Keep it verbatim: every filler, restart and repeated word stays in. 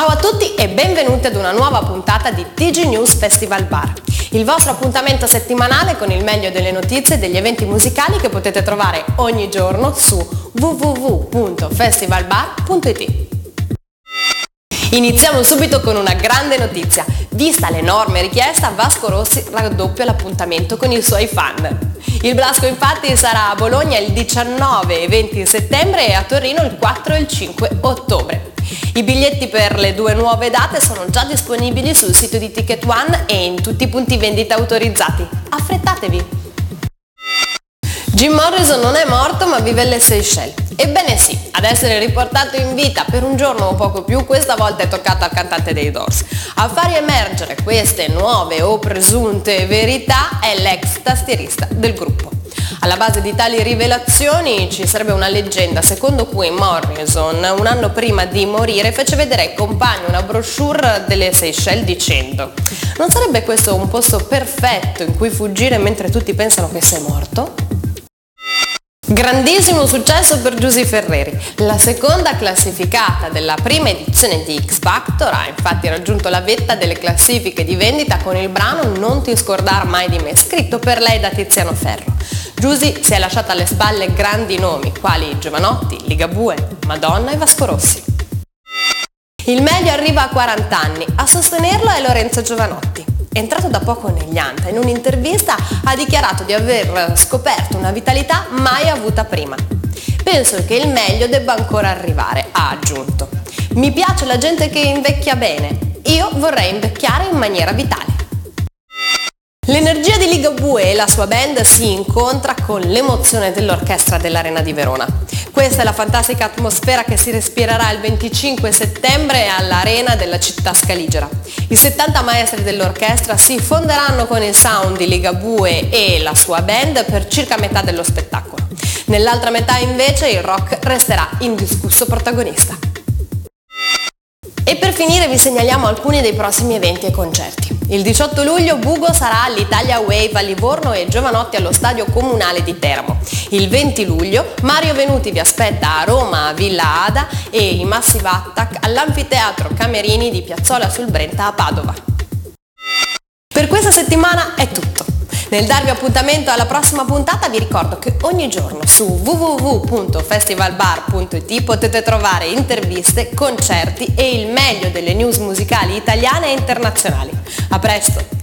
Ciao a tutti e benvenuti ad una nuova puntata di T G News Festival Bar, il vostro appuntamento settimanale con il meglio delle notizie e degli eventi musicali che potete trovare ogni giorno su w w w punto festivalbar punto i t. Iniziamo subito con una grande notizia. Vista l'enorme richiesta, Vasco Rossi raddoppia l'appuntamento con i suoi fan. Il Blasco infatti sarà a Bologna il diciannove e venti settembre e a Torino il quattro e il cinque ottobre. I biglietti per le due nuove date sono già disponibili sul sito di Ticket One e in tutti i punti vendita autorizzati. Affrettatevi! Jim Morrison non è morto ma vive alle Seychelles. Ebbene sì, ad essere riportato in vita per un giorno o poco più, questa volta è toccato al cantante dei Doors. A far emergere queste nuove o presunte verità è l'ex tastierista del gruppo. Alla base di tali rivelazioni ci sarebbe una leggenda secondo cui Morrison, un anno prima di morire, fece vedere ai compagni una brochure delle Seychelles dicendo: non sarebbe questo un posto perfetto in cui fuggire mentre tutti pensano che sei morto? Grandissimo successo per Giusy Ferreri. La seconda classificata della prima edizione di X Factor ha infatti raggiunto la vetta delle classifiche di vendita con il brano Non ti scordar mai di me, scritto per lei da Tiziano Ferro. Giusy si è lasciata alle spalle grandi nomi quali Giovanotti, Ligabue, Madonna e Vasco Rossi. Il meglio arriva a quaranta anni, a sostenerlo è Lorenzo Giovanotti. Entrato da poco negli Anta, in un'intervista ha dichiarato di aver scoperto una vitalità mai avuta prima. Penso che il meglio debba ancora arrivare, ha aggiunto. Mi piace la gente che invecchia bene, io vorrei invecchiare in maniera vitale. L'energia di Ligabue e la sua band si incontra con l'emozione dell'orchestra dell'Arena di Verona. Questa è la fantastica atmosfera che si respirerà il venticinque settembre all'Arena della città scaligera. I settanta maestri dell'orchestra si fonderanno con il sound di Ligabue e la sua band per circa metà dello spettacolo. Nell'altra metà invece il rock resterà indiscusso protagonista. E per finire vi segnaliamo alcuni dei prossimi eventi e concerti. Il diciotto luglio Bugo sarà all'Italia Wave a Livorno e Giovanotti allo Stadio Comunale di Teramo. Il venti luglio Mario Venuti vi aspetta a Roma a Villa Ada e i Massive Attack all'Anfiteatro Camerini di Piazzola sul Brenta a Padova. Per questa settimana è tutto. Nel darvi appuntamento alla prossima puntata vi ricordo che ogni giorno su w w w punto festivalbar punto i t potete trovare interviste, concerti e il meglio delle news musicali italiane e internazionali. A presto!